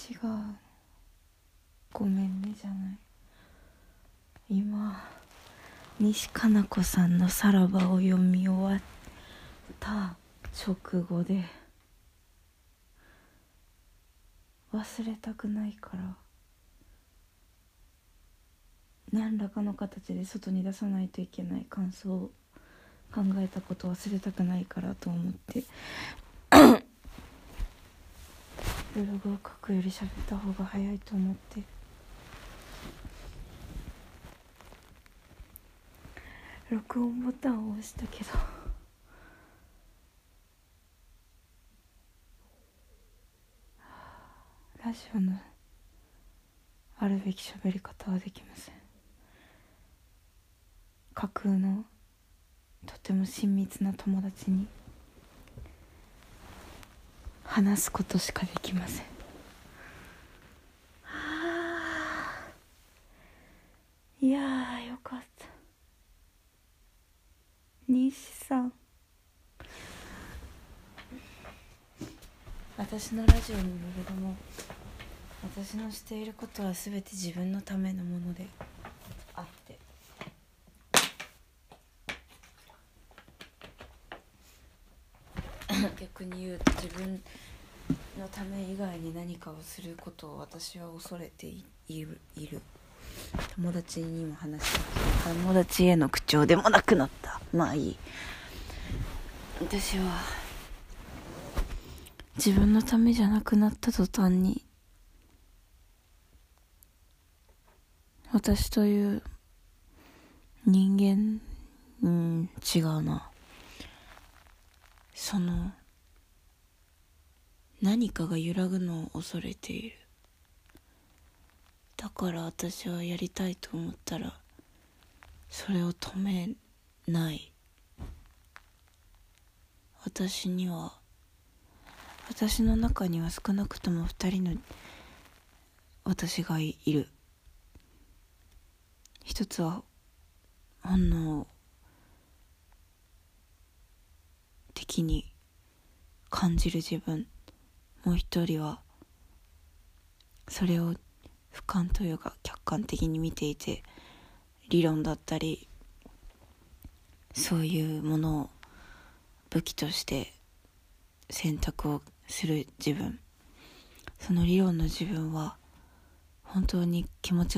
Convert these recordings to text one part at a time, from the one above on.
違う、ごめんねじゃない。今西加奈子さんのさらばを読み終わった直後で、忘れたくないから何らかの形で外に出さないといけない感想を考えたことを忘れたくないからと思ってブログを書くより喋った方が早いと思って録音ボタンを押したけどラジオのあるべき喋り方はできません。架空のとても親密な友達に話すことしかできません。いやーよかった。西さん、私のラジオによるども、私のしていることは全て自分のためのものであって逆に言うと自分のため以外に何かをすることを私は恐れている。友達にも話したけど、友達への口調でもなくなった。まあいい。私は自分のためじゃなくなった途端に、私という人間、違うな。その何かが揺らぐのを恐れている。だから私はやりたいと思ったらそれを止めない。私の中には少なくとも2人の私がいる。一つは本能的に感じる自分、もう一人はそれを俯瞰というか客観的に見ていて、理論だったりそういうものを武器として選択をする自分。その理論の自分は本当に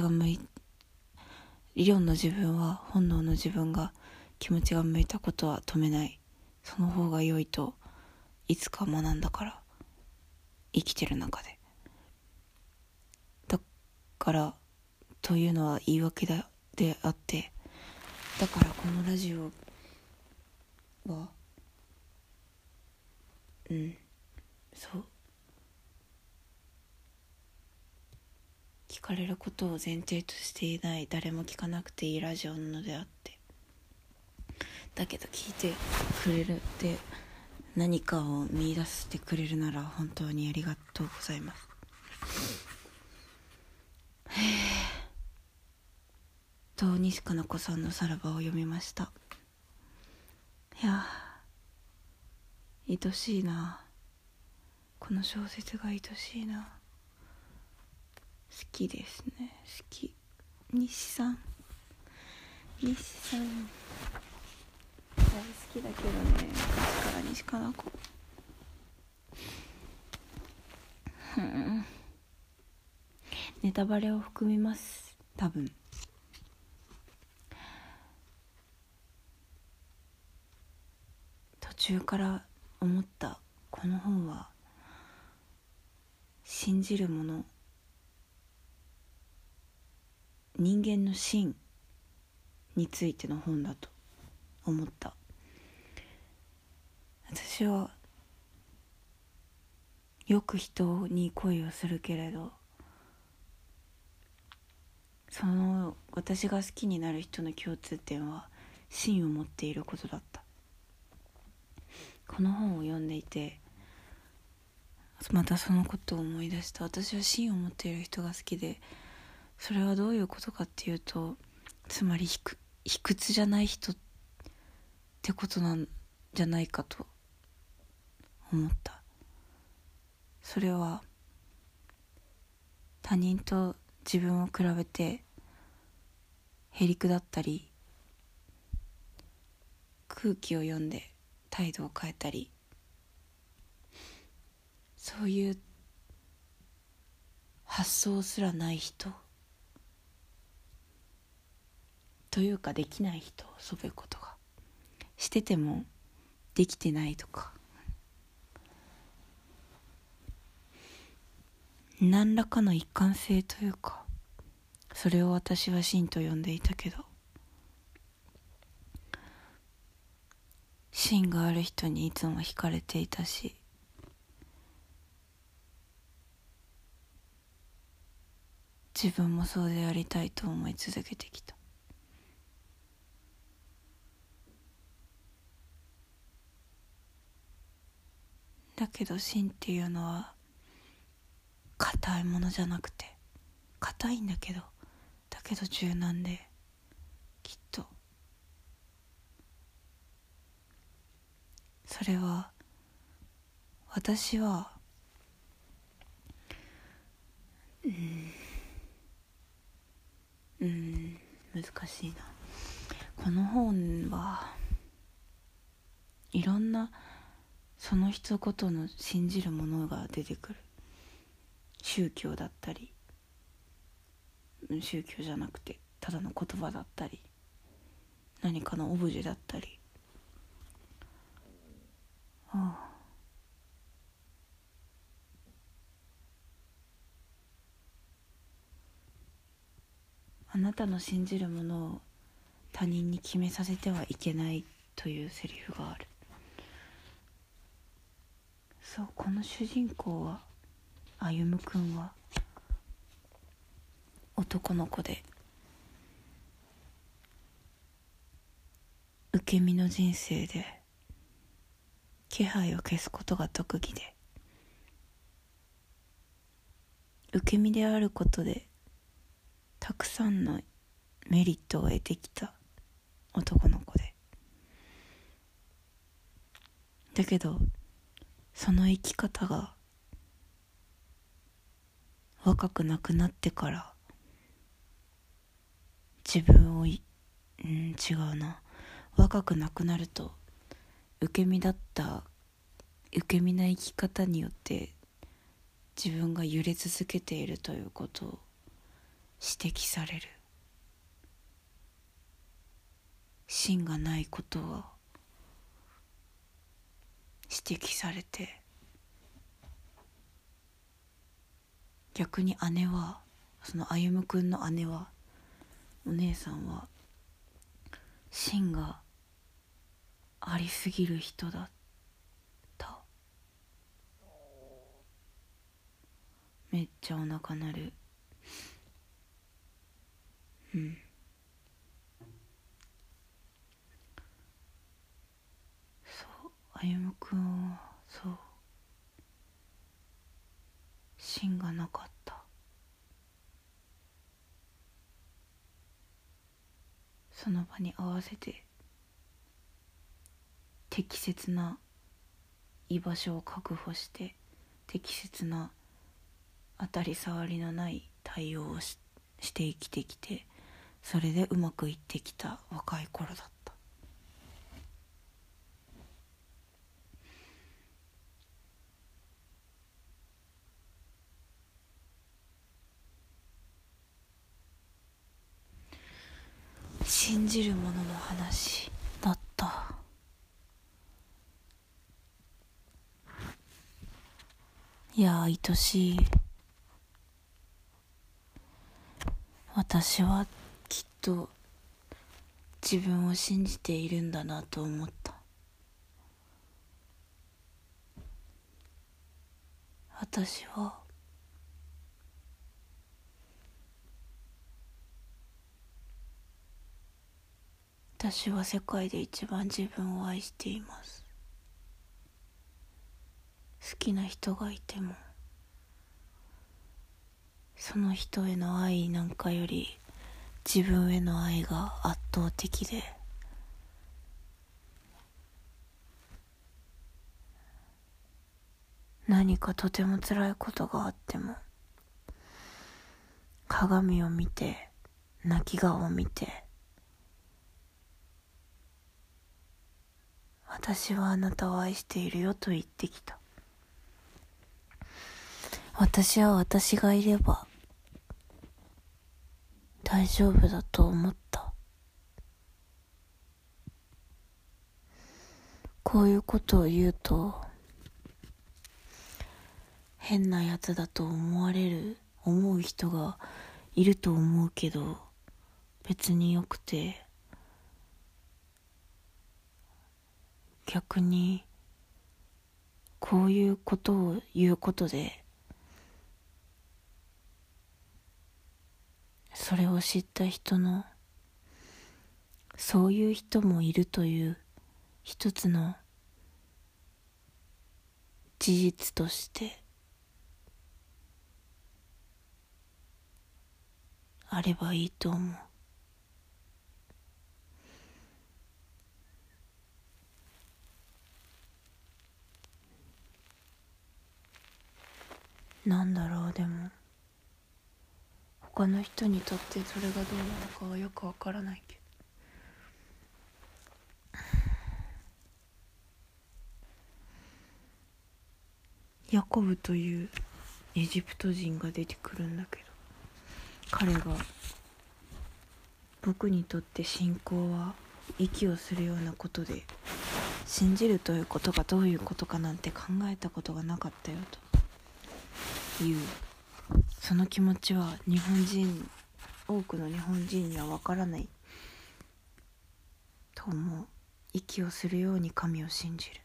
理論の自分は本能の自分が気持ちが向いたことは止めない。その方が良いといつか学んだから、生きてる中で。だからというのは言い訳であって、だからこのラジオはそう聞かれることを前提としていない、誰も聞かなくていいラジオなのであって、だけど聞いてくれるって何かを見出してくれるなら本当にありがとうございます。西加奈子さんのさらばを読みました。いや愛しいな、この小説が愛しいな。好きですね、好き。西さん大好きだけどね、昔から西加奈子。ネタバレを含みます、多分。途中から思った。この本は信じるもの、人間の真についての本だと思った。私はよく人に恋をするけれど、その私が好きになる人の共通点は真を持っていることだった。この本を読んでいてまたそのことを思い出した。私は真を持っている人が好きで、それはどういうことかっていうと、つまり卑屈じゃない人ってことなんじゃないかと思った。それは他人と自分を比べてへりくだったり、空気を読んで態度を変えたり、そういう発想すらない人というか、できない人、そういうことがしててもできてないとか、何らかの一貫性というか、それを私は真と呼んでいたけど、芯がある人にいつも惹かれていたし、自分もそうでありたいと思い続けてきた。だけど芯っていうのは硬いものじゃなくて、硬いんだけど、だけど柔軟で、きっとそれは、私は難しいな。この本はいろんなその一言の信じるものが出てくる。宗教だったり、宗教じゃなくてただの言葉だったり、何かのオブジェだったり、あなたの信じるものを他人に決めさせてはいけないというセリフがある。そう、この主人公は、歩夢くんは男の子で、受け身の人生で、気配を消すことが特技で、受け身であることでたくさんのメリットを得てきた男の子で、だけどその生き方が若くなくなってから、自分を違うな、若くなくなると受け身だった受け身な生き方によって自分が揺れ続けているということを指摘される。芯がないことを指摘されて、逆に姉は、その歩夢くんの姉は、お姉さんは芯がありすぎる人だった。めっちゃお腹鳴る。そう、歩夢くんはそう、芯がなかった。その場に合わせて適切な居場所を確保して、適切な当たり障りのない対応をして生きてきて、それでうまくいってきた若い頃だった。信じるものの話だった。いや、愛しい。私はきっと自分を信じているんだなと思った。私は世界で一番自分を愛しています。好きな人がいても、その人への愛なんかより自分への愛が圧倒的で、何かとても辛いことがあっても、 鏡を見て、泣き顔を見て、私はあなたを愛しているよと言ってきた。私は私がいれば大丈夫だと思った。こういうことを言うと変なやつだと思う人がいると思うけど、別によくて、逆にこういうことを言うことで、それを知った人の、そういう人もいるという一つの事実としてあればいいと思う。なんだろう、でも他の人にとってそれがどうなのかはよくわからないけど、ヤコブというエジプト人が出てくるんだけど、彼が僕にとって信仰は息をするようなことで、信じるということがどういうことかなんて考えたことがなかったよという、その気持ちは多くの日本人にはわからないと思う。息をするように神を信じる。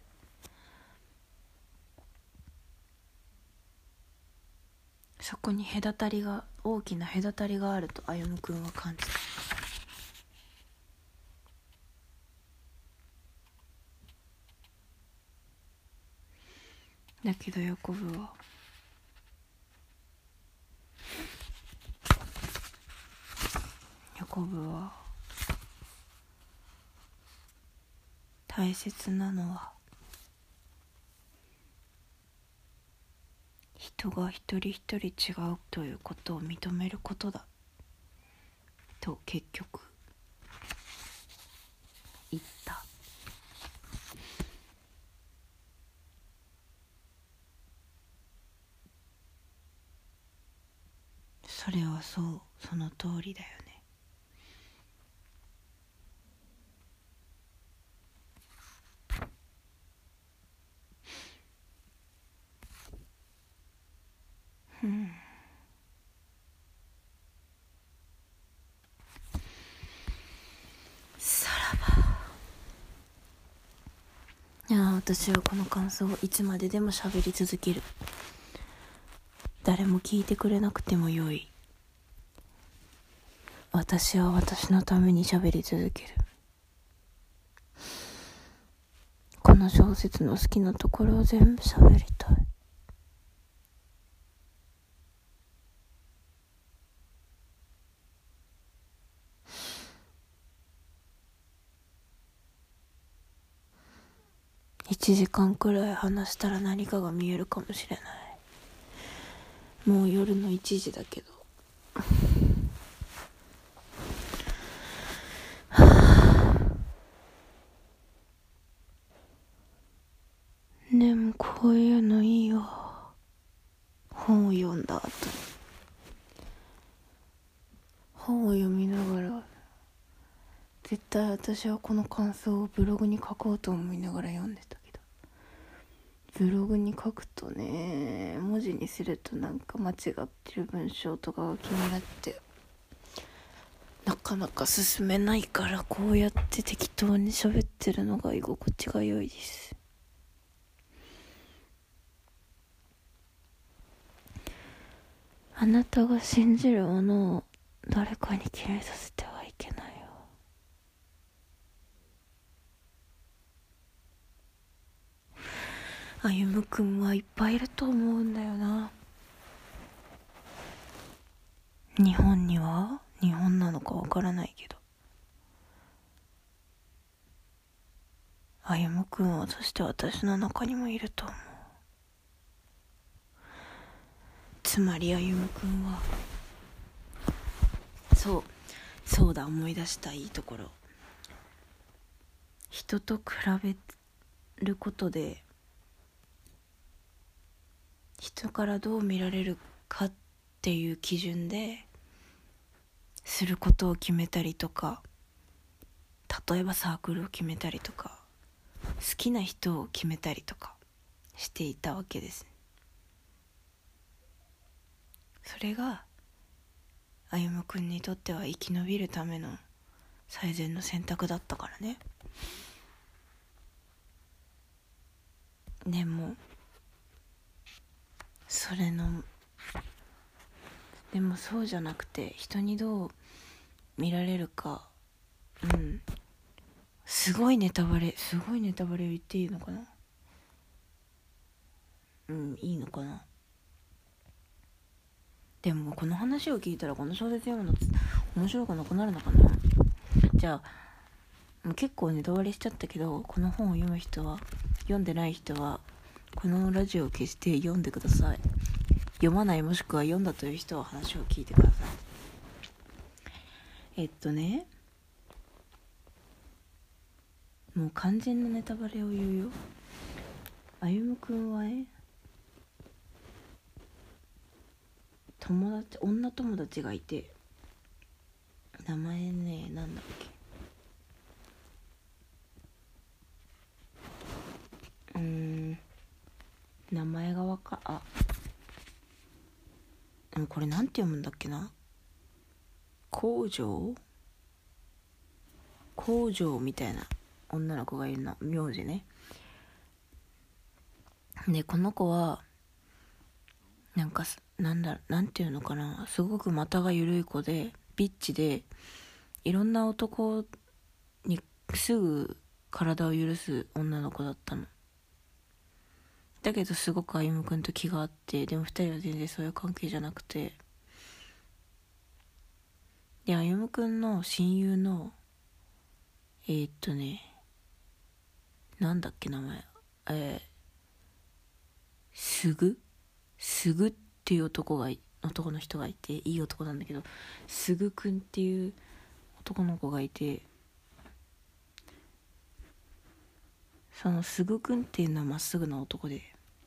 そこに大きな隔たりがあると歩夢君は感じた。だけどヤコブは大切なのは人が一人一人違うということを認めることだと結局言った。それはその通りだよね。さらば。いや、私はこの感想をいつまででも喋り続ける。誰も聞いてくれなくてもよい。私は私のために喋り続ける。この小説の好きなところを全部喋りたい。1時間くらい話したら何かが見えるかもしれない。もう夜の1時だけど。でもこういうのいいわ。本を読んだ後、本を読みながら絶対私はこの感想をブログに書こうと思いながら読んでたけど、ブログに書くとね、文字にするとなんか間違ってる文章とかが気になってなかなか進めないから、こうやって適当に喋ってるのが居心地が良いです。あなたが信じるものを誰かに決めさせてはいけないよ。歩夢くんはいっぱいいると思うんだよな。日本には日本なのかわからないけど、歩夢くんはそして私の中にもいると思う。つまり歩夢くんはそうだ、思い出した。いいところ、人と比べることで人からどう見られるかっていう基準ですることを決めたりとか、例えばサークルを決めたりとか、好きな人を決めたりとかしていたわけです。それが歩夢君にとっては生き延びるための最善の選択だったからね。でもでもそうじゃなくて、人にどう見られるか、すごいネタバレを言っていいのかな。いいのかな。でもこの話を聞いたらこの小説読むの面白くなくなるのかな。じゃあもう結構ネタバレしちゃったけど、この本を読んでない人はこのラジオを消して読んでください。読まないもしくは読んだという人は話を聞いてください。もう完全なネタバレを言うよ。歩夢くんは女友達がいて、名前ね、なんだっけ、名前がでもこれなんて読むんだっけな。工場みたいな女の子がいるな、名字ね。でこの子はなんていうのかな、すごく股が緩い子でビッチで、いろんな男にすぐ体を許す女の子だったの。だけどすごく歩夢くんと気があって、でも二人は全然そういう関係じゃなくて、で歩夢くんの親友のなんだっけ名前、すぐっていう男の人がいて、いい男なんだけど、すぐくんっていう男の子がいて、そのすぐくんっていうのはまっすぐな男で、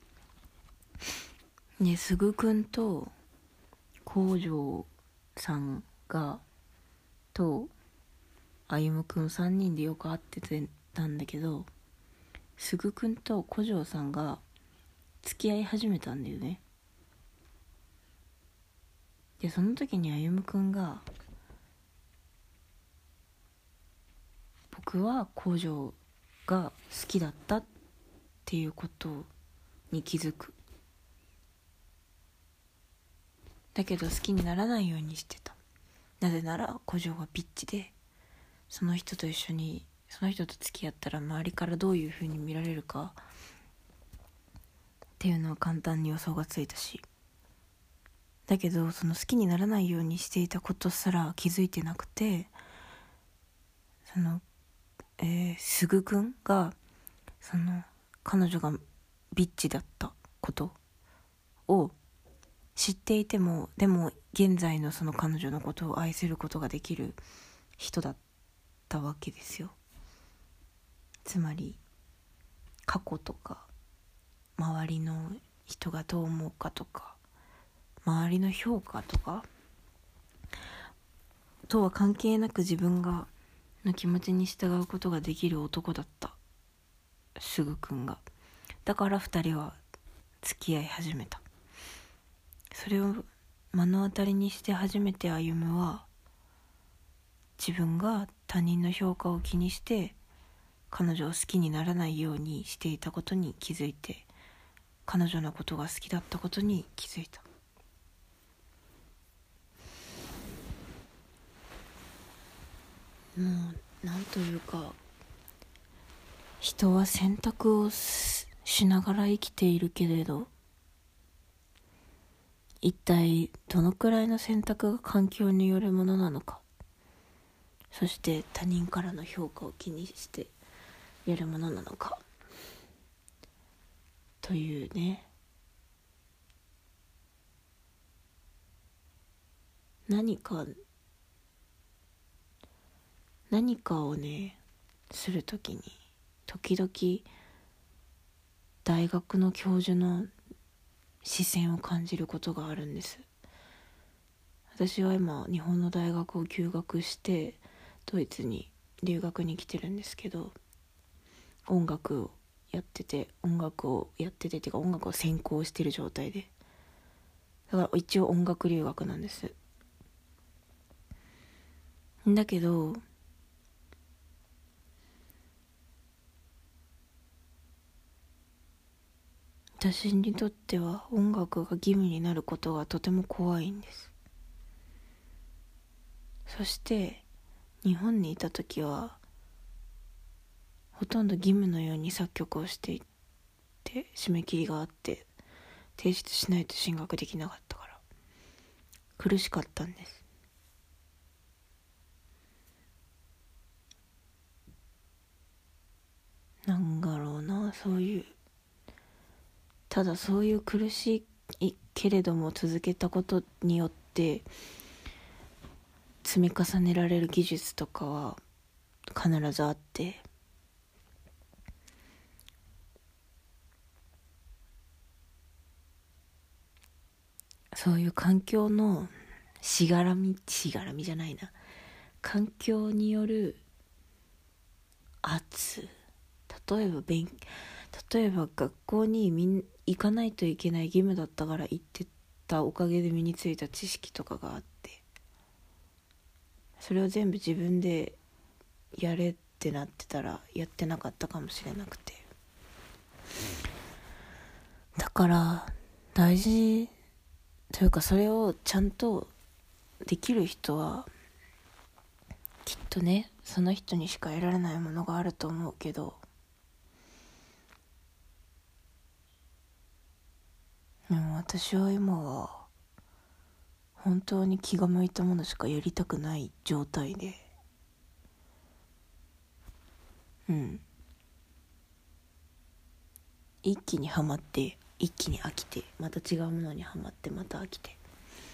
すぐくんと工場さんと歩夢くん3人でよく会ってたんだけど、すぐくんと工場さんが付き合い始めたんだよね。でその時に歩夢くんが、僕は工場が好きだったっていうことに気づく。だけど好きにならないようにしてた。なぜなら工場がピッチで、その人と付き合ったら周りからどういう風に見られるかっていうのは簡単に予想がついたし、だけどその好きにならないようにしていたことすら気づいてなくて、すぐくんが彼女がビッチだったことを知っていても、でも現在のその彼女のことを愛することができる人だったわけですよ。つまり過去とか周りの人がどう思うかとか、周りの評価とかとは関係なく自分の気持ちに従うことができる男だった、すぐくんが。だから2人は付き合い始めた。それを目の当たりにして初めて歩夢は、自分が他人の評価を気にして彼女を好きにならないようにしていたことに気づいて、彼女のことが好きだったことに気づいた。もうなんというか、人は選択をしながら生きているけれど、一体どのくらいの選択が環境によるものなのか、そして他人からの評価を気にしてやるものなのかというね、何か何かをねするときに時々大学の教授の視線を感じることがあるんです。私は今日本の大学を休学してドイツに留学に来てるんですけど、音楽をやっててっていうか音楽を専攻してる状態で、だから一応音楽留学なんです。だけど私にとっては音楽が義務になることがとても怖いんです。そして日本にいた時はほとんど義務のように作曲をしていて、締め切りがあって提出しないと進学できなかったから苦しかったんです。なんだろうな、ただそういう苦しいけれども続けたことによって積み重ねられる技術とかは必ずあって、そういう環境のしがらみじゃないな、環境による圧、例えば学校に行かないといけない義務だったから行ってたおかげで身についた知識とかがあって、それを全部自分でやれってなってたらやってなかったかもしれなくて、だから大事というか、それをちゃんとできる人はきっとね、その人にしか得られないものがあると思うけど、でも私は今は本当に気が向いたものしかやりたくない状態で、一気にハマって一気に飽きて、また違うものにハマってまた飽きて、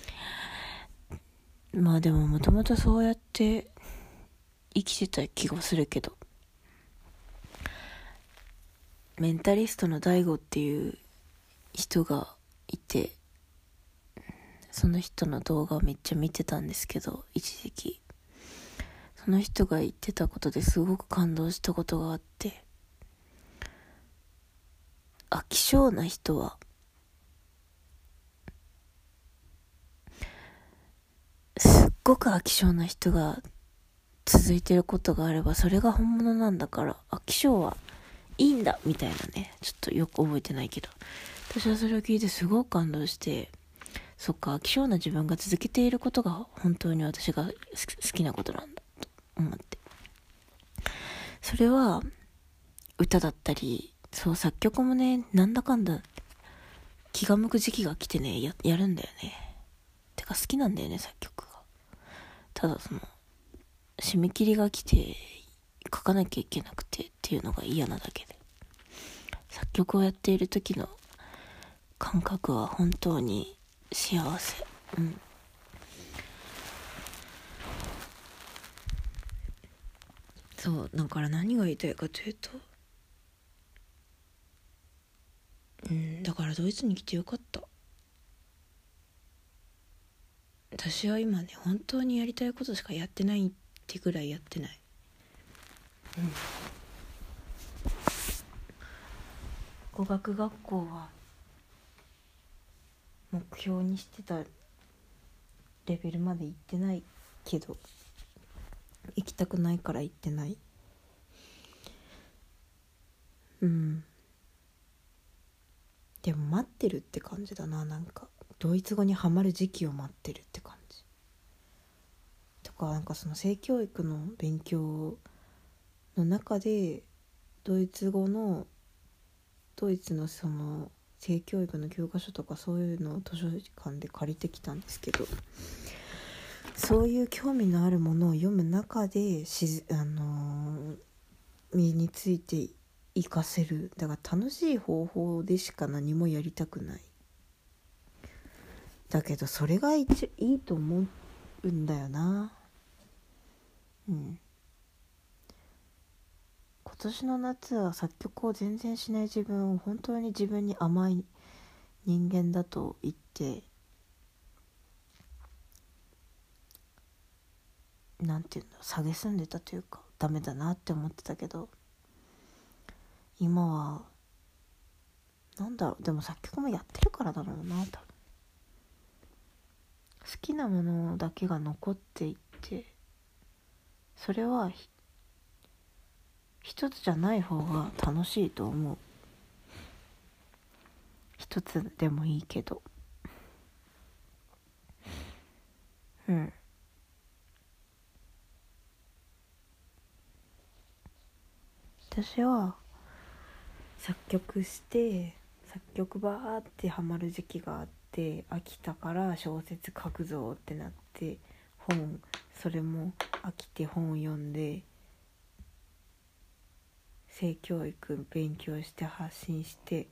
まあでももともとそうやって生きてた気がするけど、メンタリストの大悟っていう人がいて、その人の動画をめっちゃ見てたんですけど、一時期その人が言ってたことですごく感動したことがあって、飽き性な人はすっごく飽き性な人が続いてることがあればそれが本物なんだから、飽き性はいいんだみたいなね、ちょっとよく覚えてないけど、私はそれを聞いてすごく感動して、そっか、飽き性な自分が続けていることが本当に私が好きなことなんだと思って、それは歌だったり、そう作曲もね、なんだかんだ気が向く時期が来てね、やるんだよね。てか好きなんだよね、作曲が。ただその締め切りが来て書かなきゃいけなくてっていうのが嫌なだけで、作曲をやっている時の感覚は本当に幸せ。そうだから何が言いたいかというと、だからドイツに来てよかった。私は今ね、本当にやりたいことしかやってないってぐらいやってない。語学学校は目標にしてたレベルまで行ってないけど、行きたくないから行ってない。でも待ってるって感じだな。なんかドイツ語にハマる時期を待ってるって感じとか、なんかその性教育の勉強の中でドイツのその性教育の教科書とかそういうのを図書館で借りてきたんですけど、そういう興味のあるものを読む中で身について活かせる。だから楽しい方法でしか何もやりたくない。だけどそれがいいと思うんだよな。 年の夏は作曲を全然しない自分を本当に自分に甘い人間だと言ってなんていうの蔑んでたというかダメだなって思ってたけど、今はなんだろう、でも作曲もやってるからだろうな、多分好きなものだけが残っていって、それは一つじゃない方が楽しいと思う。一つでもいいけど、私は作曲して作曲バーってハマる時期があって、飽きたから小説書くぞってなってそれも飽きて本を読んで性教育勉強して発信して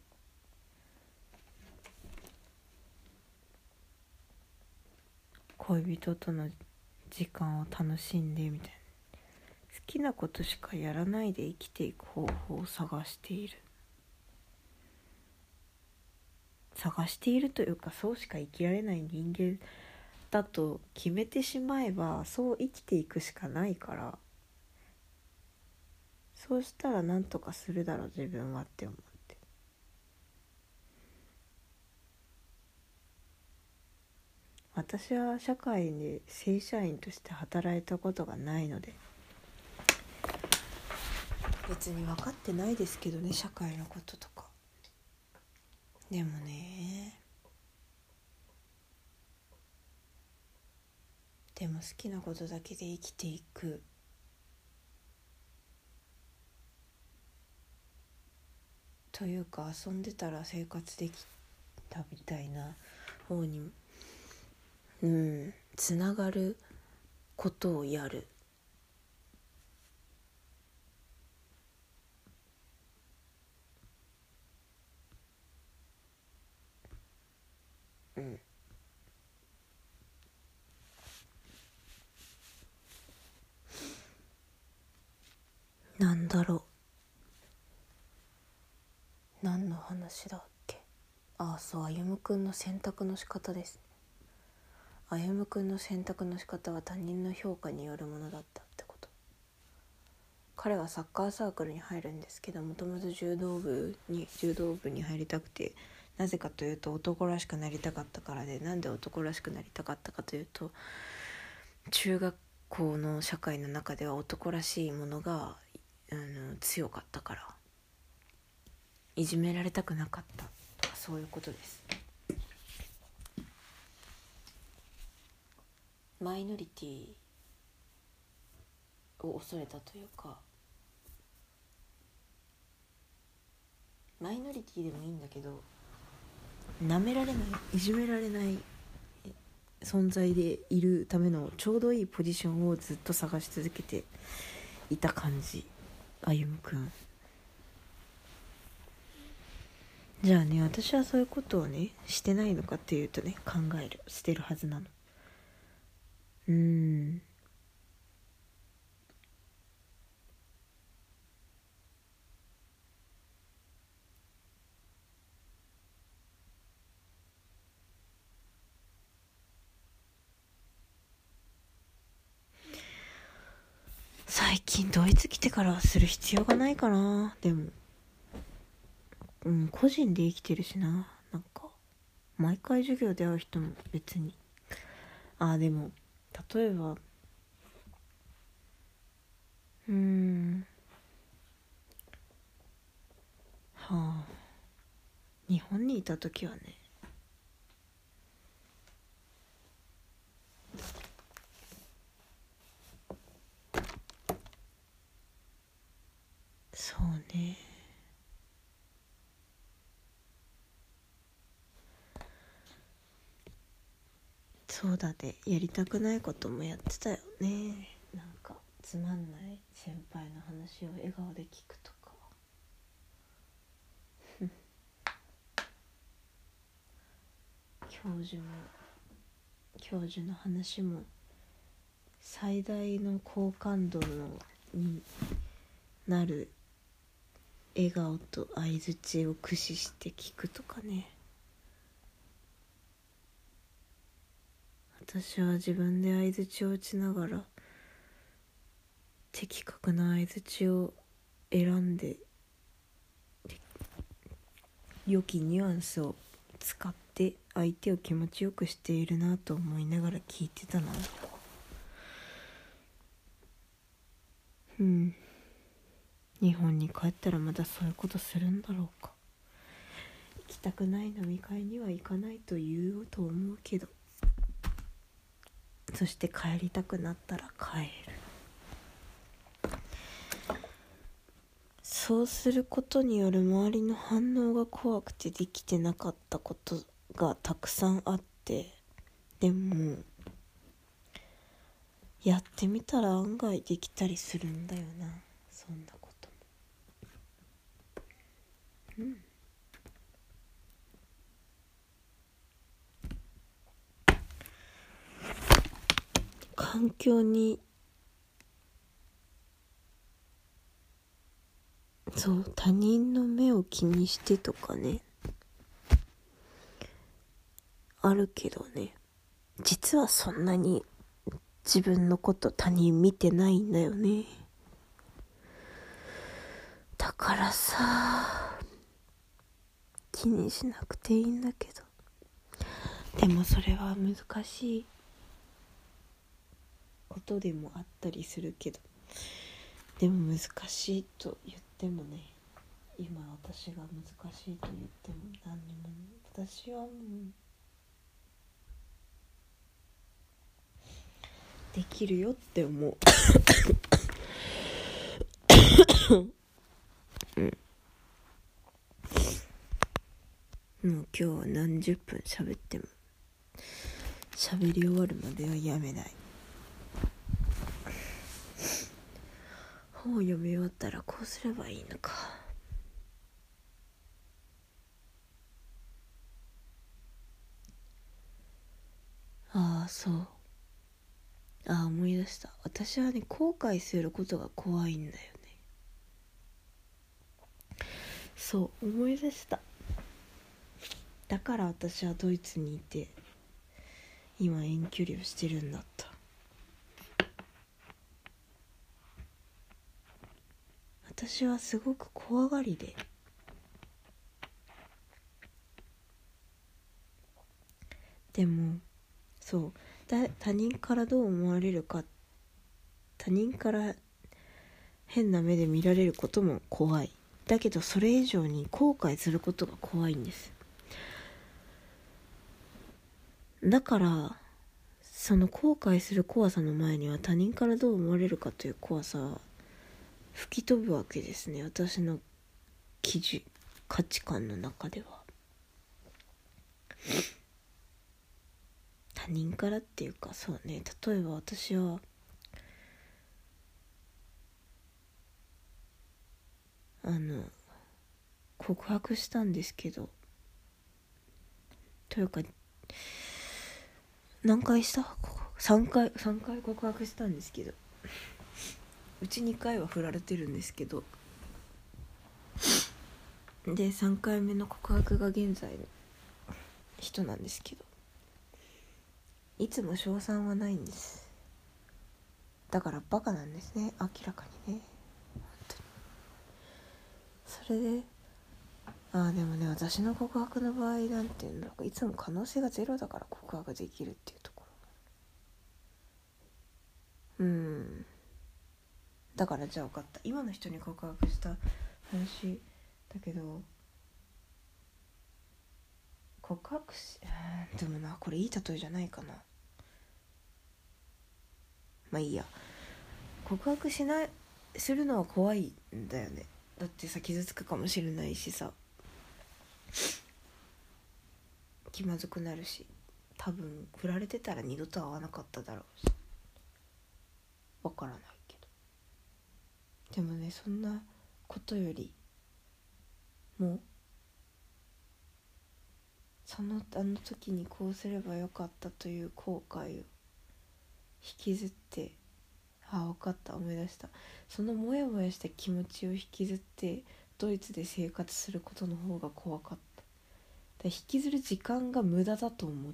恋人との時間を楽しんでみたいな、好きなことしかやらないで生きていく方法を探しているというか、そうしか生きられない人間だと決めてしまえばそう生きていくしかないから、そうしたらなんとかするだろう自分はって思って。私は社会で正社員として働いたことがないので別に分かってないですけどね、社会のこととか。でもね、好きなことだけで生きていくというか、遊んでたら生活できたみたいな方につながることをやる。なんだろう、何の話だっけ。そう、歩夢くんの選択の仕方です。歩夢くんの選択の仕方は他人の評価によるものだったってこと。彼はサッカーサークルに入るんですけど、もともと柔道部に入りたくて、なぜかというと男らしくなりたかったからで、なんで男らしくなりたかったかというと、中学校の社会の中では男らしいものが強かったから、いじめられたくなかったとか、そういうことです。マイノリティを恐れたというか、マイノリティでもいいんだけど、舐められない、いじめられない存在でいるためのちょうどいいポジションをずっと探し続けていた感じ、歩夢くん。じゃあね、私はそういうことをねしてないのかっていうとね、してるはずなの。最近ドイツ来てからはする必要がないかな。でも個人で生きてるしな。なんか毎回授業で会う人も別に、でも例えば日本にいた時はね、そうね、そうだね、やりたくないこともやってたよね。なんかつまんない先輩の話を笑顔で聞くとか教授の話も最大の好感度になる笑顔と相づちを駆使して聞くとかね。私は自分で相づちを打ちながら的確な相づちを選んで良きニュアンスを使って相手を気持ちよくしているなと思いながら聞いてたな。日本に帰ったらまだそういうことするんだろうか。行きたくない飲み会には行かないと言うと思うけど、そして帰りたくなったら帰る。そうすることによる周りの反応が怖くてできてなかったことがたくさんあって、でもやってみたら案外できたりするんだよな、そんなことも。環境に他人の目を気にしてとかね、あるけどね、実はそんなに自分のこと他人見てないんだよね。だからさ、気にしなくていいんだけど、でもそれは難しいことでもあったりするけど、でも難しいと言ってもね、今私が難しいと言っても何にも、私はもうできるよって思う。もう今日は何十分喋っても喋り終わるまではやめない。本を読み終わったらこうすればいいのか。思い出した。私はね、後悔することが怖いんだよね。思い出した。だから私はドイツにいて今遠距離をしてるんだった。私はすごく怖がりで、でも他人からどう思われるか、他人から変な目で見られることも怖い。だけどそれ以上に後悔することが怖いんです。だからその後悔する怖さの前には他人からどう思われるかという怖さは吹き飛ぶわけですね、私の価値観の中では。他人からっていうか、例えば私は告白したんですけど、というか何回した3回告白したんですけど、うち2回は振られてるんですけど、で3回目の告白が現在の人なんですけど、いつも称賛はないんです。だからバカなんですね、明らかにね、本当に。それででもね、私の告白の場合なんていうの、いつも可能性がゼロだから告白できるっていうところ。だからじゃあ分かった。今の人に告白した話だけど、でもな、これいい例えじゃないかな。まあいいや。告白するのは怖いんだよね。だってさ、傷つくかもしれないしさ、気まずくなるし、多分振られてたら二度と会わなかっただろうし、わからないけど。でもね、そんなことよりも、あの時にこうすればよかったという後悔を引きずって、分かった、思い出した。そのモヤモヤした気持ちを引きずってドイツで生活することの方が怖かった。引きずる時間が無駄だと思った。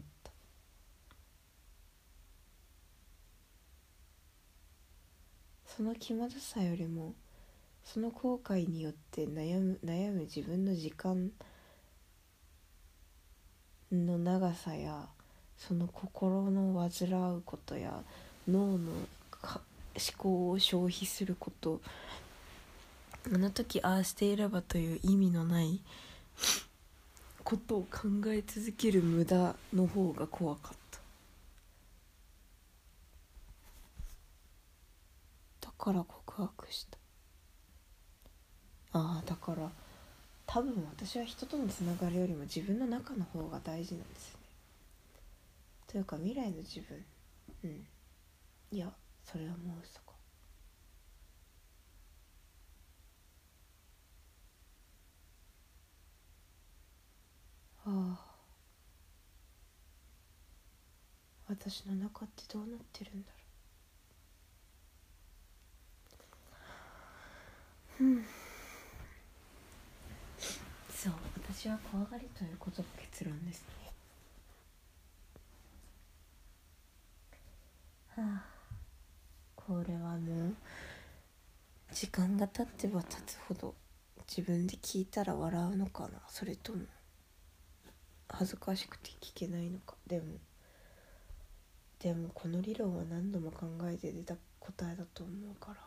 その気まずさよりもその後悔によって悩む自分の時間の長さや、その心の煩うことや脳の思考を消費すること、あの時ああしていればという意味のないことを考え続ける無駄の方が怖かった。だから告白した。だから多分私は人とのつながりよりも自分の中の方が大事なんですね。というか未来の自分、いやそれはもう嘘か。私の中ってどうなってるんだろう。そう、私は怖がりということが結論ですね。これはもう時間が経ってば経つほど自分で聞いたら笑うのかな、それとも恥ずかしくて聞けないのか。でもこの理論は何度も考えて出た答えだと思うから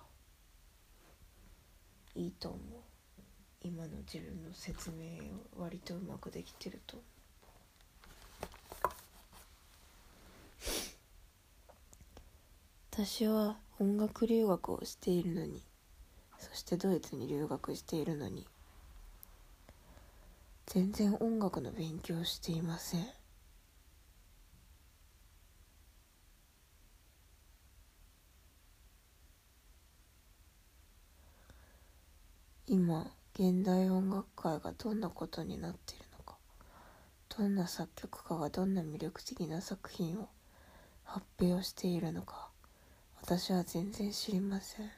いいと思う。今の自分の説明を割とうまくできてると思う。私は音楽留学をしているのに、そしてドイツに留学しているのに、全然音楽の勉強をしていません。今現代音楽界がどんなことになっているのか、どんな作曲家がどんな魅力的な作品を発表しているのか、私は全然知りません。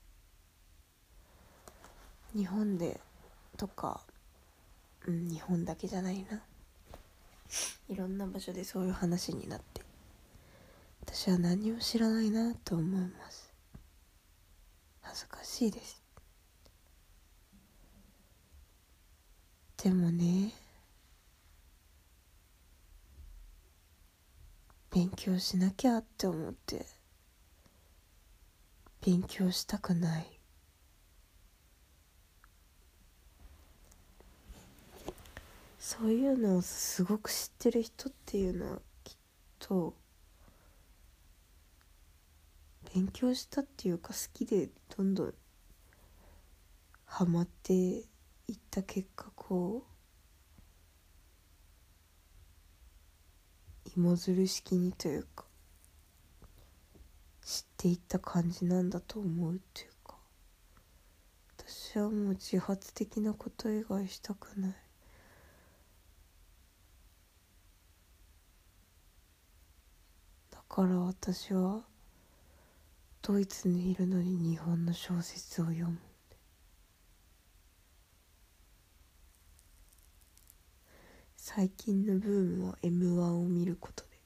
日本でとか、日本だけじゃないな、いろんな場所でそういう話になって、私は何も知らないなと思います。恥ずかしいです。でもね、勉強しなきゃって思って勉強したくない。そういうのをすごく知ってる人っていうのはきっと勉強したっていうか好きでどんどんハマっていった結果、こう芋づる式にというか知っていった感じなんだと思うっていうか、私はもう自発的なこと以外したくない。だから私はドイツにいるのに日本の小説を読む。最近のブームは M1 を見ることで、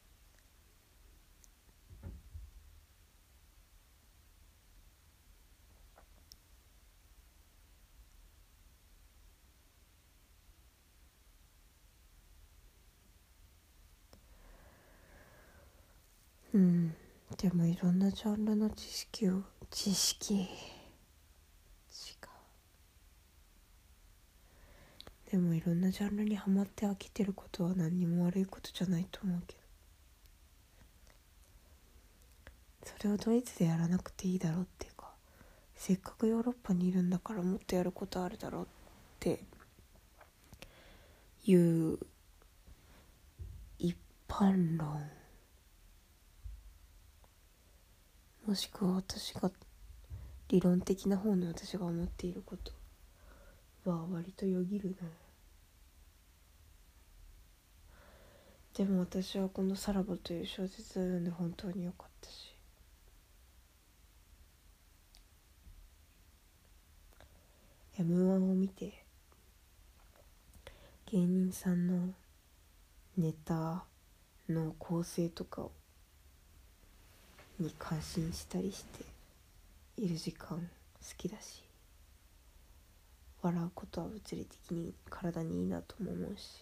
でもいろんなジャンルの知識違う、でもいろんなジャンルにハマって飽きてることは何にも悪いことじゃないと思うけど、それをドイツでやらなくていいだろうっていうか、せっかくヨーロッパにいるんだからもっとやることあるだろうっていう一般論、もしくは私が理論的な方の私が思っていることは割とよぎるな。でも私はこのさらばという小説を読んで本当に良かったし、 M1 を見て芸人さんのネタの構成とかに感心したりしている時間好きだし、笑うことは物理的に体にいいなとも思うし、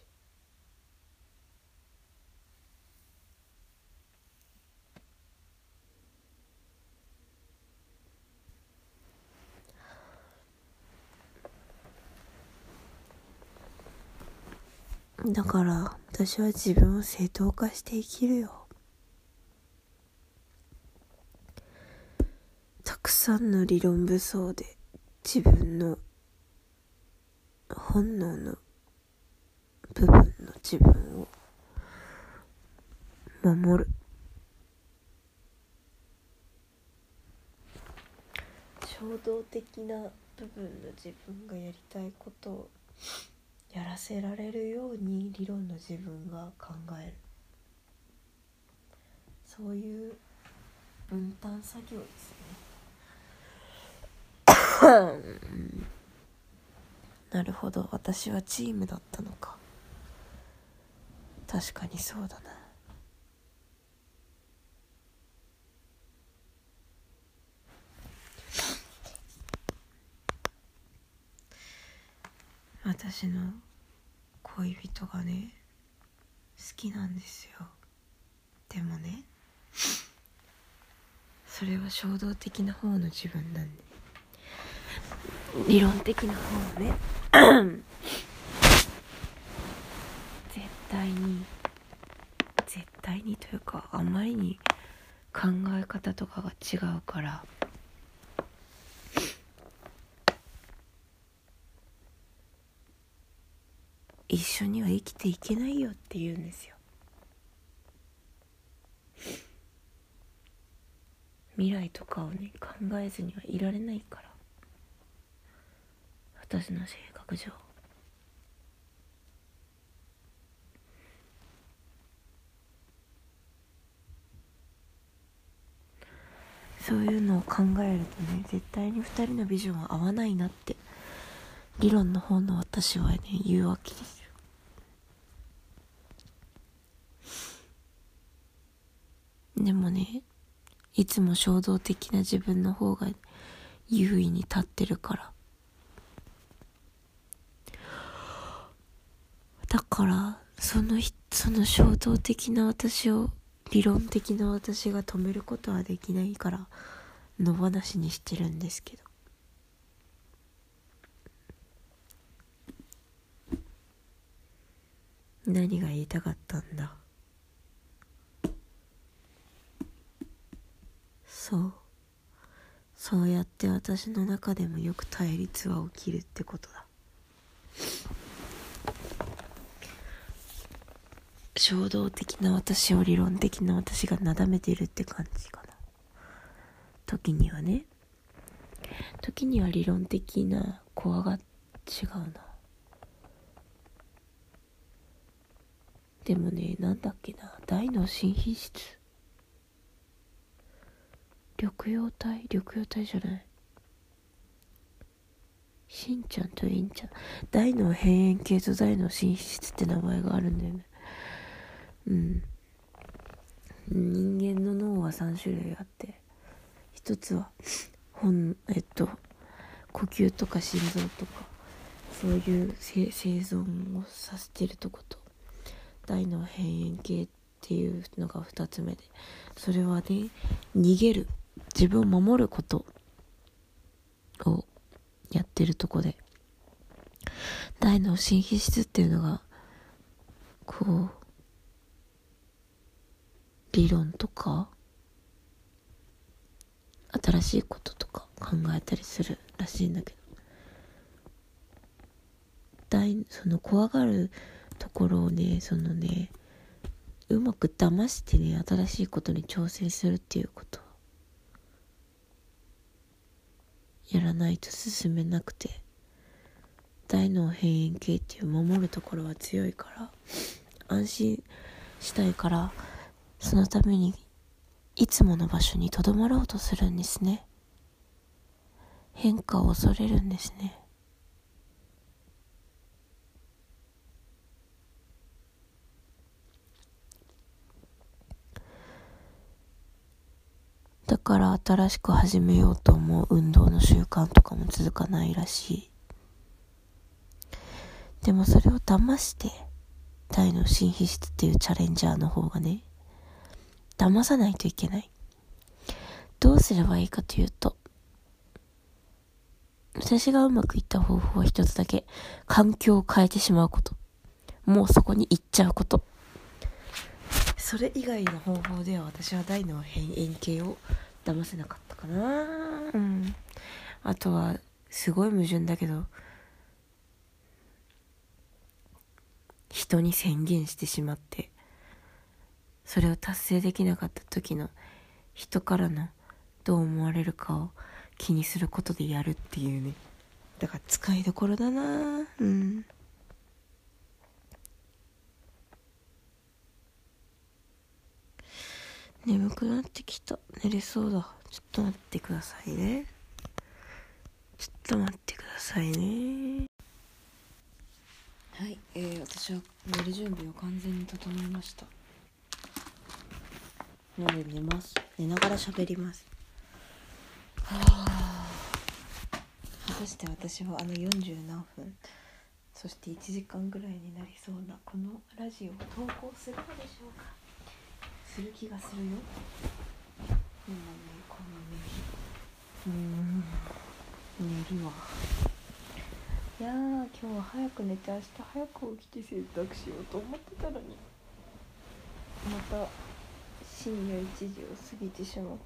だから私は自分を正当化して生きるよ。たくさんの理論武装で自分の本能の部分の自分を守る。衝動的な部分の自分がやりたいことをやらせられるように理論の自分が考える。そういう分担作業ですね。なるほど、私はチームだったのか。確かにそうだな。私の恋人がね、好きなんですよ。でもね、それは衝動的な方の自分なんで、理論的な方ね絶対にというか、あまりに考え方とかが違うから一緒には生きていけないよって言うんですよ。未来とかをね、考えずにはいられないから、私の性格上。そういうのを考えるとね、絶対に二人のビジョンは合わないなって理論の方の私はね、言うわけですよ。でもね、いつも衝動的な自分の方が優位に立ってるから、だからその衝動的な私を理論的な私が止めることはできないから野放しにしてるんですけど、何が言いたかったんだ。そうやって私の中でもよく対立は起きるってことだ。衝動的な私を理論的な私がなだめてるって感じかな。時にはね、時には理論的なコアが違うな。でもね、なんだっけな、大脳新皮質、緑葉体じゃない、しんちゃんとりんちゃん、大脳辺縁系と大脳新皮質って名前があるんだよね。人間の脳は3種類あって、一つは呼吸とか心臓とかそういう生存をさせてるとこと、大脳辺縁系っていうのが2つ目で、それはね、逃げる、自分を守ることをやってるとこで、大脳新皮質っていうのがこう理論とか新しいこととか考えたりするらしいんだけど、その怖がるところをね、うまく騙してね、新しいことに挑戦するっていうことをやらないと進めなくて、大脳辺縁系っていう守るところは強いから、安心したいから、そのためにいつもの場所に留まろうとするんですね。変化を恐れるんですね。 だから新しく始めようと思う運動の習慣とかも続かないらしい。でもそれを騙して大脳新皮質っていうチャレンジャーの方がね、騙さないといけない。どうすればいいかというと、私がうまくいった方法は一つだけ。環境を変えてしまうこと。もうそこに行っちゃうこと。それ以外の方法では私は大脳変形を騙せなかったかな。あとはすごい矛盾だけど、人に宣言してしまって、それを達成できなかった時の人からのどう思われるかを気にすることでやるっていうね。だから使いどころだな。眠くなってきた。寝れそうだ。ちょっと待ってくださいね。はい、私は寝る準備を完全に整えました。なので寝ます。寝ながら喋ります。果たして私は40何分、そして1時間ぐらいになりそうなこのラジオを投稿するのでしょうか。する気がするよ。今ね、この寝りはいや今日は早く寝て明日早く起きて洗濯しようと思ってたのに、また深夜1時を過ぎてしまった。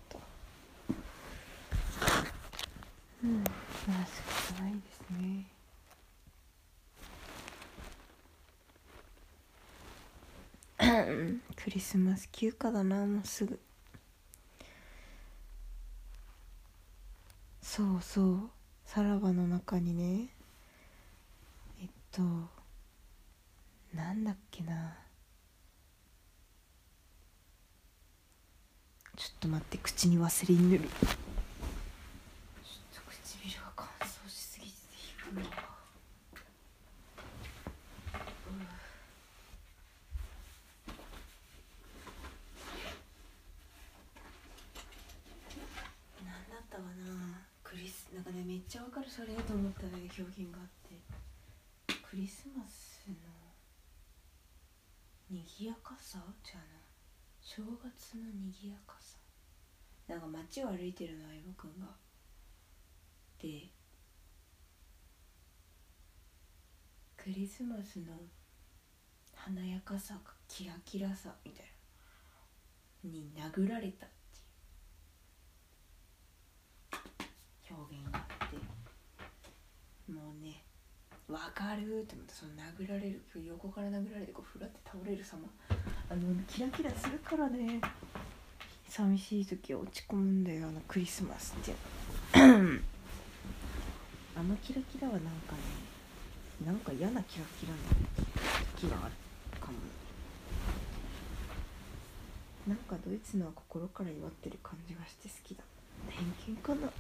まあ仕方ないですね。クリスマス休暇だな、もうすぐ。そうそう、さらばの中にね、なんだっけな、ちょっと待って、口にワセリン塗る。ちょっと唇が乾燥しすぎて引くな。なんだったかな、なんかね、めっちゃわかるそれと思ったね、表現があって、クリスマスの賑やかさじゃな、正月の賑やかさ、なんか街を歩いてるの相葉くんがで、クリスマスの華やかさかキラキラさみたいなに殴られたっていう表現があって、もうね、わかるって思った。その殴られる、横から殴られてこうふらって倒れる様、キラキラするからね、寂しい時は落ち込むんだよ、クリスマスってキラキラはなんかね、なんか嫌なキラキラな時があるかも。なんかドイツのは心から祝ってる感じがして好きだ。偏見かな。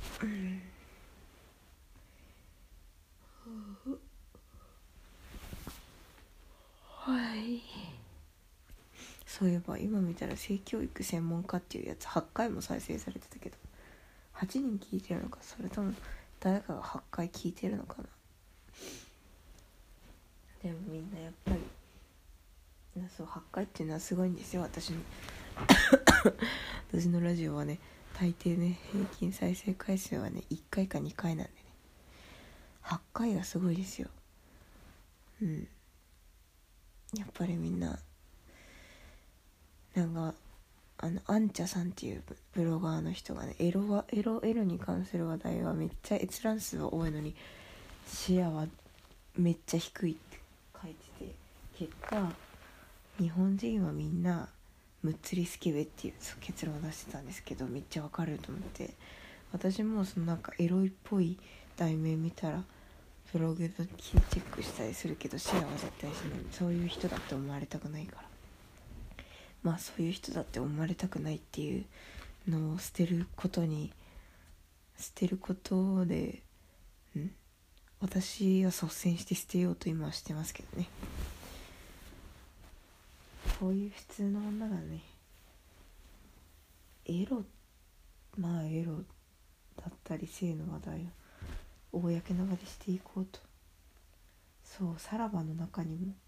はい。そういえば今見たら性教育専門家っていうやつ8回も再生されてたけど、8人聞いてるのか、それとも誰かが8回聞いてるのかな。でもみんなやっぱりそう、8回っていうのはすごいんですよ。私のラジオはね、大抵ね、平均再生回数はね1回か2回なんでね、8回はすごいですよ。やっぱりみんななんかアンチャさんっていうブロガーの人がね、エロに関する話題はめっちゃ閲覧数は多いのにシェアはめっちゃ低いって書いてて、結果日本人はみんなむっつりスケベっていう結論を出してたんですけど、めっちゃわかると思って、私もそのなんかエロいっぽい題名見たらブログでチェックしたりするけど、シェアは絶対しない。そういう人だって思われたくないから。まあそういう人だって思われたくないっていうのを捨てることで私は率先して捨てようと今はしてますけどね。こういう普通の女がね、エロまあエロだったり性の話題を公の場でしていこうと。そう、さらばの中にも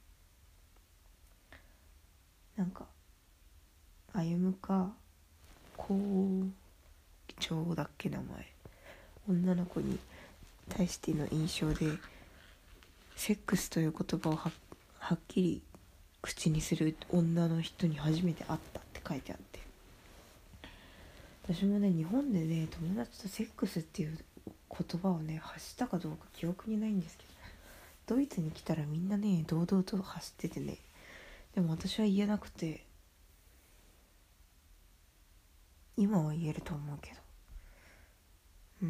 なんか歩むかこう長だっけ名前、女の子に対しての印象でセックスという言葉をはっきり口にする女の人に初めて会ったって書いてあって、私もね日本でね友達とセックスっていう言葉をね発したかどうか記憶にないんですけど、ドイツに来たらみんなね堂々と発しててね、でも私は言えなくて、今は言えると思うけど、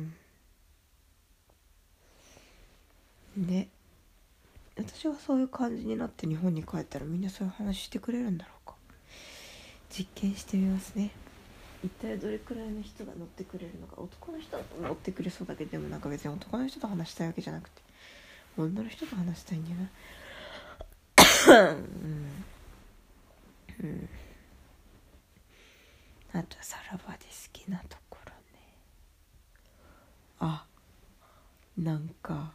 ね、私はそういう感じになって日本に帰ったらみんなそういう話してくれるんだろうか。実験してみますね。一体どれくらいの人が乗ってくれるのか。男の人だと乗ってくれそうだけど、でもなんか別に男の人と話したいわけじゃなくて女の人と話したいんじゃないあとはさらばで好きなところね。なんか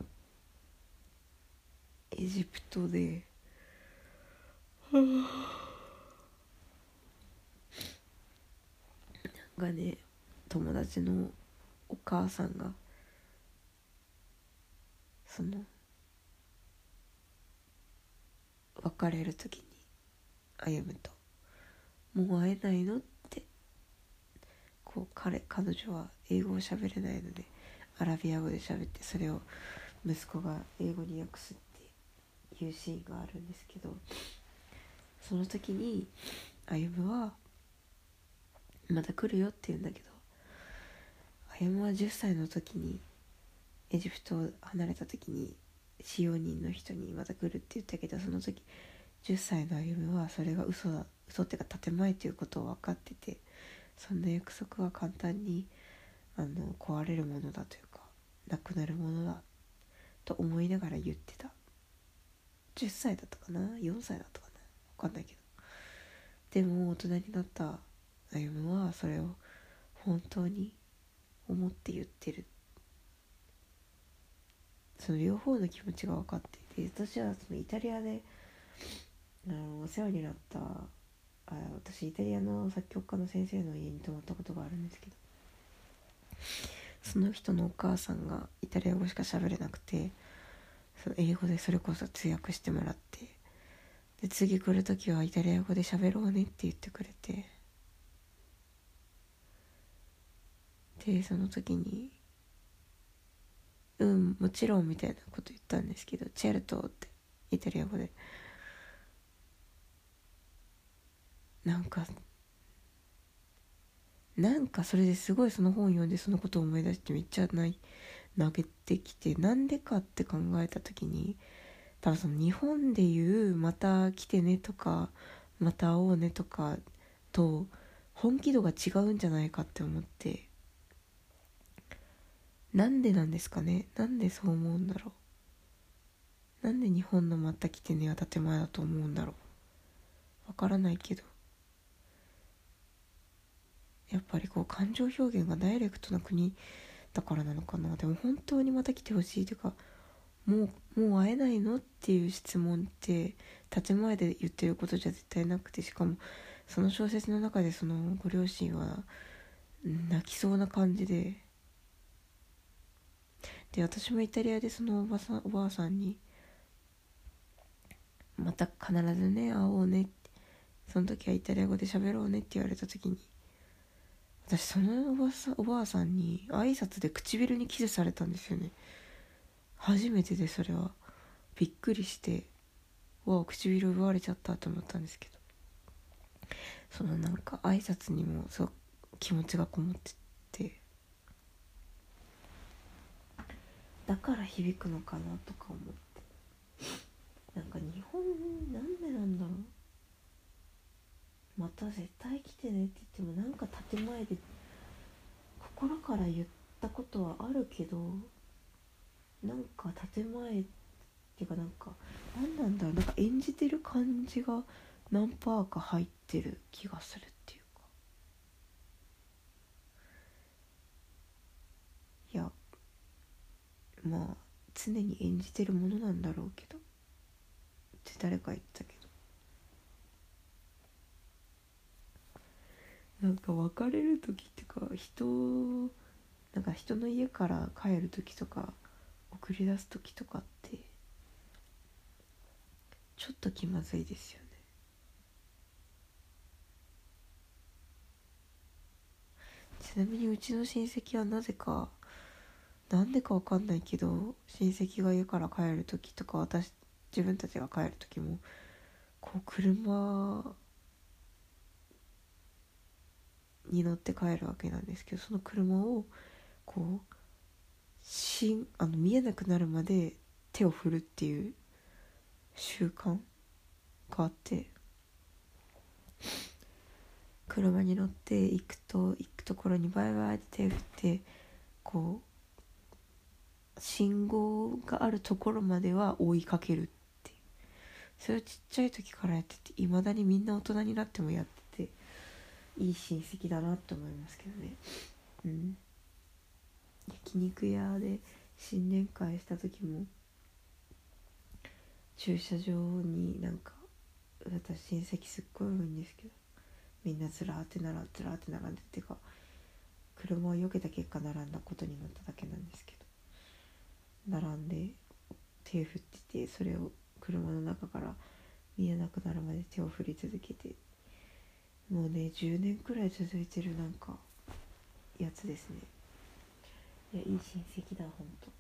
エジプトでなんかね、友達のお母さんがその別れる時に歩むと、もう会えないのってこう彼女は英語を喋れないのでアラビア語で喋って、それを息子が英語に訳すっていうシーンがあるんですけど、その時に歩はまた来るよって言うんだけど、歩は10歳の時にエジプトを離れた時に使用人の人にまた来るって言ったけど、その時10歳の歩はそれが嘘っていうか建前ということを分かってて、そんな約束は簡単に壊れるものだというかなくなるものだと思いながら言ってた。10歳だったかな、4歳だったかな、分かんないけど、でも大人になった歩はそれを本当に思って言ってる。その両方の気持ちが分かっていて、私はそのイタリアでお世話になった私イタリアの作曲家の先生の家に泊まったことがあるんですけど、その人のお母さんがイタリア語しか喋れなくて、その英語でそれこそ通訳してもらって、で次来る時はイタリア語で喋ろうねって言ってくれて、でその時にもちろんみたいなこと言ったんですけど、チェルトってイタリア語で、なんかそれですごいその本読んでそのことを思い出してめっちゃ投げてきて、なんでかって考えた時に、多分その日本でいうまた来てねとかまた会おうねとかと本気度が違うんじゃないかって思って、なんでなんですかね。なんでそう思うんだろう。なんで日本のまた来てねは建前だと思うんだろう。わからないけど、やっぱりこう感情表現がダイレクトな国だからなのかな。でも本当にまた来てほしいというか、もう会えないのっていう質問って建前で言ってることじゃ絶対なくて、しかもその小説の中でそのご両親は泣きそうな感じで、私もイタリアでそのおばあさんにまた必ずね会おうねって、その時はイタリア語で喋ろうねって言われた時に、私そのおばあさんに挨拶で唇にキスされたんですよね。初めてで、それはびっくりして、唇奪われちゃったと思ったんですけど、そのなんか挨拶にもすごく気持ちがこもってて、だから響くのかなとか思って、なんか日本なんでなんだろう。また絶対来てねって言ってもなんか建前で心から言ったことはあるけど、なんか建前っていうか何なんだろう、なんか演じてる感じが何パーか入ってる気がするっていうか、 まあ常に演じてるものなんだろうけどって誰か言ってたけど、なんか別れる時ってかなんか人の家から帰る時とか送り出す時とかってちょっと気まずいですよね。ちなみにうちの親戚はなんでかわかんないけど、親戚が家から帰る時とか自分たちが帰る時もこう車に乗って帰るわけなんですけど、その車をこう見えなくなるまで手を振るっていう習慣があって、車に乗って行くところにバイバイって手を振って、こう信号があるところまでは追いかけるっていう、それをちっちゃい時からやってて、未だにみんな大人になってもやってて、いい親戚だなと思いますけどね。焼肉屋で新年会した時も駐車場になんか、私親戚すっごい多いんですけど、みんなずらーって並んでてか、車を避けた結果並んだことになっただけなんですけど、並んで手振ってて、それを車の中から見えなくなるまで手を振り続けて、もうね10年くらい続いてるなんかやつですね。いや、いい親戚だほんと。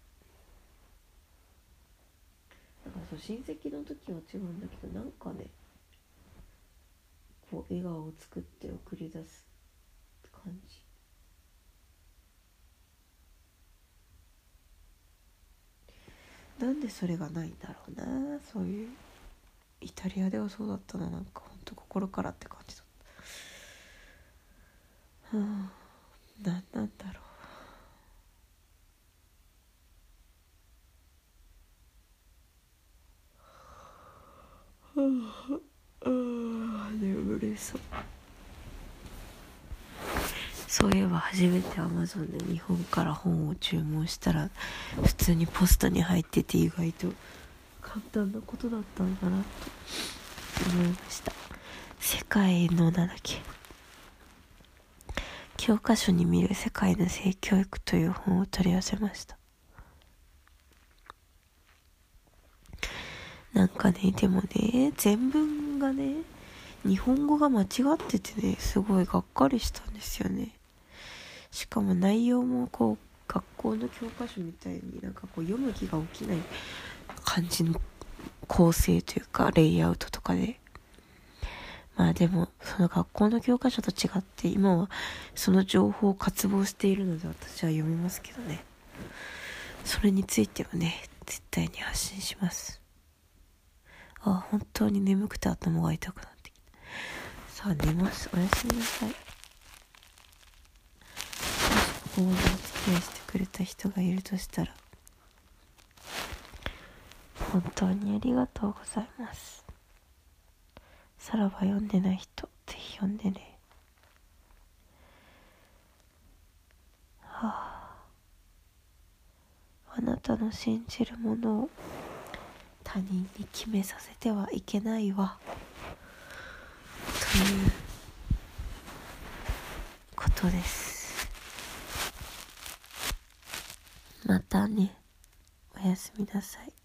だからそう、親戚の時は違うんだけど、なんかね、こう笑顔を作って送り出す感じ。なんでそれがないんだろうな。そういう、イタリアではそうだったな。なんかほんと心からって感じだった。なんなんだろう。眠れそう。そういえば初めて Amazon で日本から本を注文したら普通にポストに入ってて、意外と簡単なことだったんだなと思いました。世界のなんだっけ、教科書に見る世界の性教育という本を取り寄せました。なんかね、でもね、全文がね、日本語が間違っててね、すごいがっかりしたんですよね。しかも内容もこう学校の教科書みたいになんかこう読む気が起きない感じの構成というかレイアウトとかで、まあでもその学校の教科書と違って今はその情報を渇望しているので私は読みますけどね。それについてはね、絶対に発信します。本当に眠くて頭が痛くなってきた。さあ寝ます。おやすみなさい。もしここまでお付き合いしてくれた人がいるとしたら本当にありがとうございます。さらば読んでない人ぜひ読んでね。あなたの信じるものを他人に決めさせてはいけないわということです。またね。おやすみなさい。